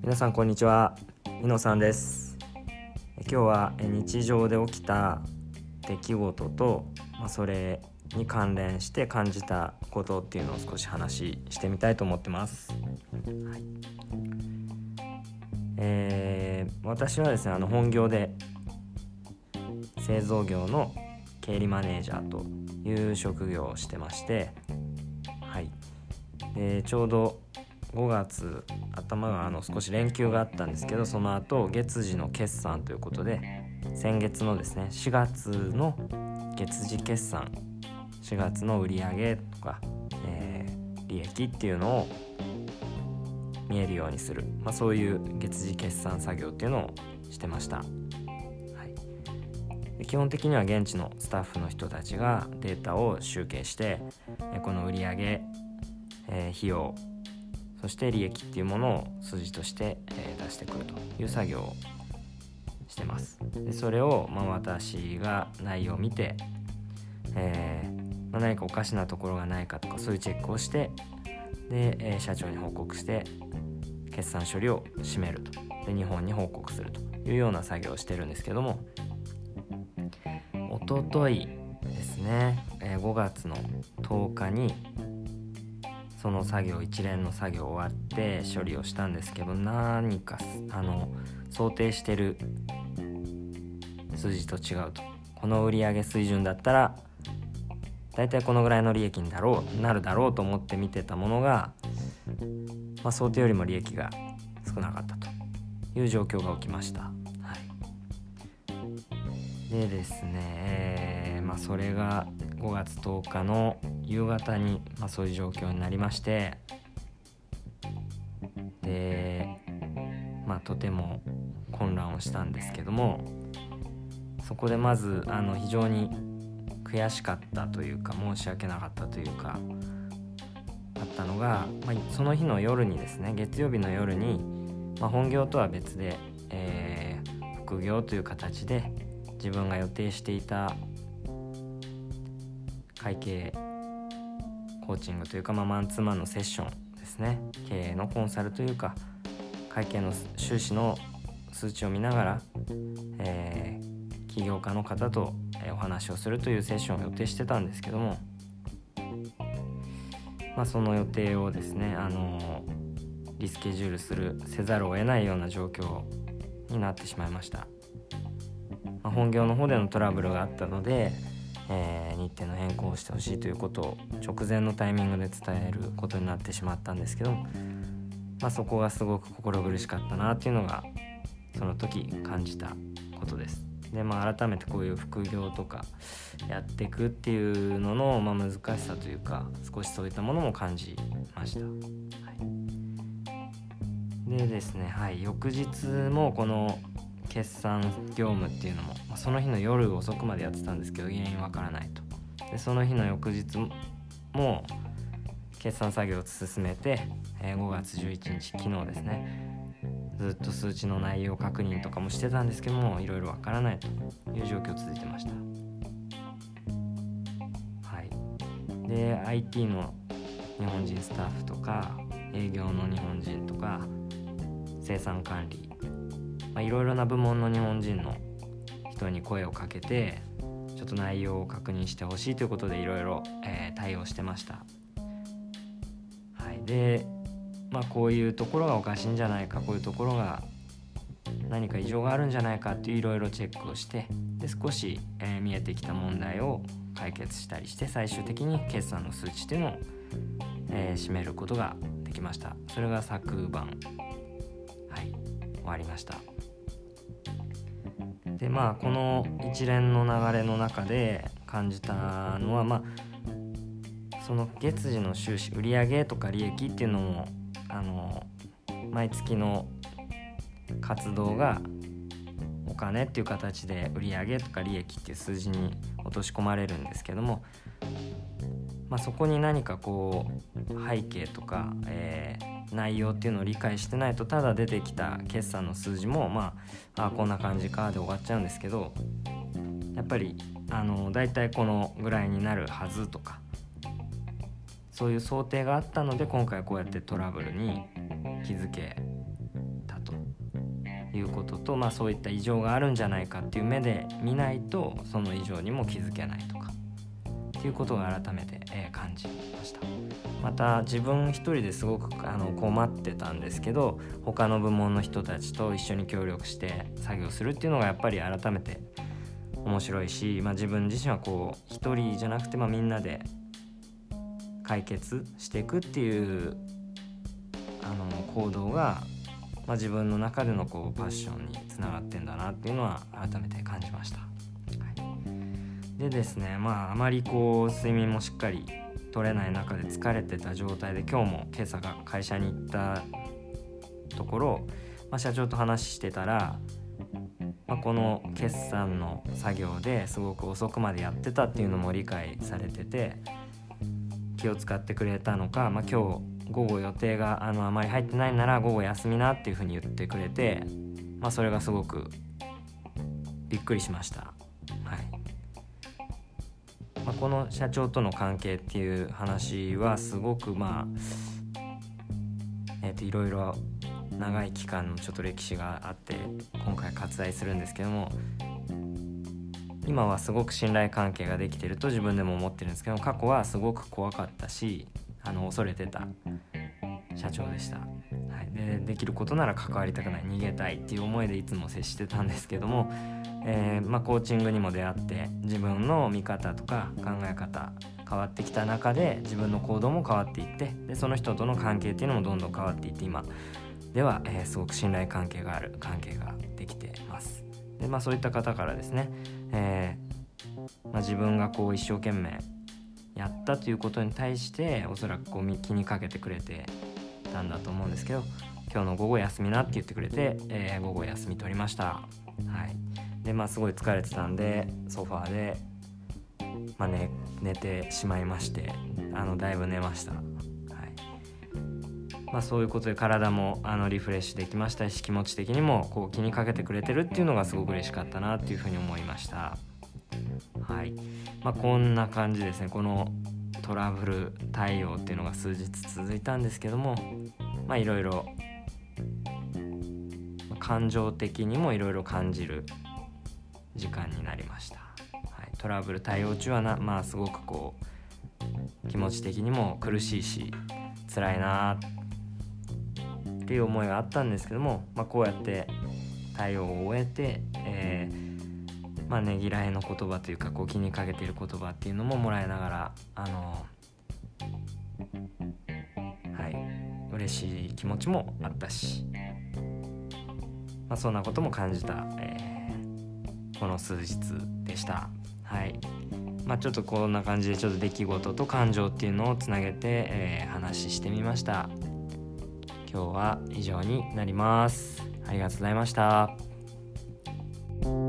皆さんこんにちは、井野さんです。今日は日常で起きた出来事と、それに関連して感じたことっていうのを少し話してみたいと思ってます。私はですね、本業で製造業の経理マネージャーという職業をしてまして、でちょうど5月頭が少し連休があったんですけど、その後月次の決算ということで、先月のですね4月の月次決算、4月の売上とか、利益っていうのを見えるようにする、そういう月次決算作業っていうのをしてました。基本的には現地のスタッフの人たちがデータを集計して、この売上、費用、そして利益っていうものを数字として、出してくるという作業をしてます。でそれを、私が内容を見て、何かおかしなところがないかとか、そういうチェックをして、で、社長に報告して決算処理を締めると、で日本に報告するというような作業をしてるんですけども、一昨日ですね、5月の10日にその作業、一連の作業終わって処理をしたんですけど、何か想定してる数字と違うと。この売上水準だったらだいたいこのぐらいの利益になるだろうと思って見てたものが、想定よりも利益が少なかったという状況が起きました。でですね、それが5月10日の夕方に、そういう状況になりまして、で、とても混乱をしたんですけども、そこでまず非常に悔しかったというか、申し訳なかったというかあったのが、その日の夜にですね、月曜日の夜に、本業とは別で、副業という形で自分が予定していた会計コーチングというか、マンツーマンのセッションですね、経営のコンサルというか、会計の収支の数値を見ながら、起業家の方とお話をするというセッションを予定してたんですけども、その予定をですね、リスケジュールせざるを得ないような状況になってしまいました。本業の方でのトラブルがあったので、日程の変更をしてほしいということを直前のタイミングで伝えることになってしまったんですけど、そこがすごく心苦しかったなっていうのがその時感じたことです。で、改めてこういう副業とかやっていくっていうのの、難しさというか、少しそういったものも感じました。でですね、翌日もこの決算業務っていうのも、その日の夜遅くまでやってたんですけど、原因わからないと。でその日の翌日も決算作業を進めて、5月11日昨日ですね、ずっと数値の内容確認とかもしてたんですけども、いろいろわからないという状況続いてました。で IT の日本人スタッフとか、営業の日本人とか、生産管理、いろいろな部門の日本人の人に声をかけて、ちょっと内容を確認してほしいということでいろいろ対応してました。で、こういうところがおかしいんじゃないか、こういうところが何か異常があるんじゃないかっていういろいろチェックをして、で少し、見えてきた問題を解決したりして、最終的に決算の数値っていうのを、締めることができました。それが昨晩終わりました。でこの一連の流れの中で感じたのは、その月次の収支、売上とか利益っていうのも毎月の活動がお金っていう形で売上とか利益っていう数字に落とし込まれるんですけども、そこに何かこう背景とか、内容っていうのを理解してないと、ただ出てきた決算の数字もこんな感じかで終わっちゃうんですけど、やっぱりだいたいこのぐらいになるはずとか、そういう想定があったので、今回こうやってトラブルに気づけたいうことと、そういった異常があるんじゃないかっていう目で見ないとその異常にも気づけないとかっていうことが改めて、感じました。また自分一人ですごく困ってたんですけど、他の部門の人たちと一緒に協力して作業するっていうのがやっぱり改めて面白いし、自分自身は一人じゃなくて、みんなで解決していくっていう行動が、自分の中でのパッションにつながってんだなっていうのは改めて感じました。でですね、あまり睡眠もしっかり取れない中で疲れてた状態で今朝が会社に行ったところ、社長と話してたら、この決算の作業ですごく遅くまでやってたっていうのも理解されてて、気を使ってくれたのか、今日午後予定があまり入ってないなら午後休みなっていうふうに言ってくれて、それがすごくびっくりしました。この社長との関係っていう話はすごくいろいろ長い期間のちょっと歴史があって今回割愛するんですけども、今はすごく信頼関係ができてると自分でも思ってるんですけど、過去はすごく怖かったし恐れてた社長でした。できることなら関わりたくない、逃げたいっていう思いでいつも接してたんですけども、コーチングにも出会って自分の見方とか考え方変わってきた中で自分の行動も変わっていって、でその人との関係っていうのもどんどん変わっていって、今では、すごく信頼関係がある関係ができてます。で、そういった方からですね、自分が一生懸命やったということに対しておそらく気にかけてくれてたんだと思うんですけど、今日の午後休みなって言ってくれて、午後休み取りました。ですごい疲れてたんでソファーで、寝てしまいまして、だいぶ寝ました。そういうことで体もリフレッシュできましたし、気持ち的にも気にかけてくれてるっていうのがすごく嬉しかったなっていうふうに思いました。こんな感じですね。このトラブル対応っていうのが数日続いたんですけども、いろいろ感情的にもいろいろ感じる時間になりました。トラブル対応中はすごく気持ち的にも苦しいし辛いなっていう思いがあったんですけども、こうやって対応を終えて、ねぎらいの言葉というか気にかけている言葉っていうのももらいながら嬉しい気持ちもあったし、そんなことも感じた、この数日でした。ちょっとこんな感じでちょっと出来事と感情っていうのをつなげて、話してみました。今日は以上になります。ありがとうございました。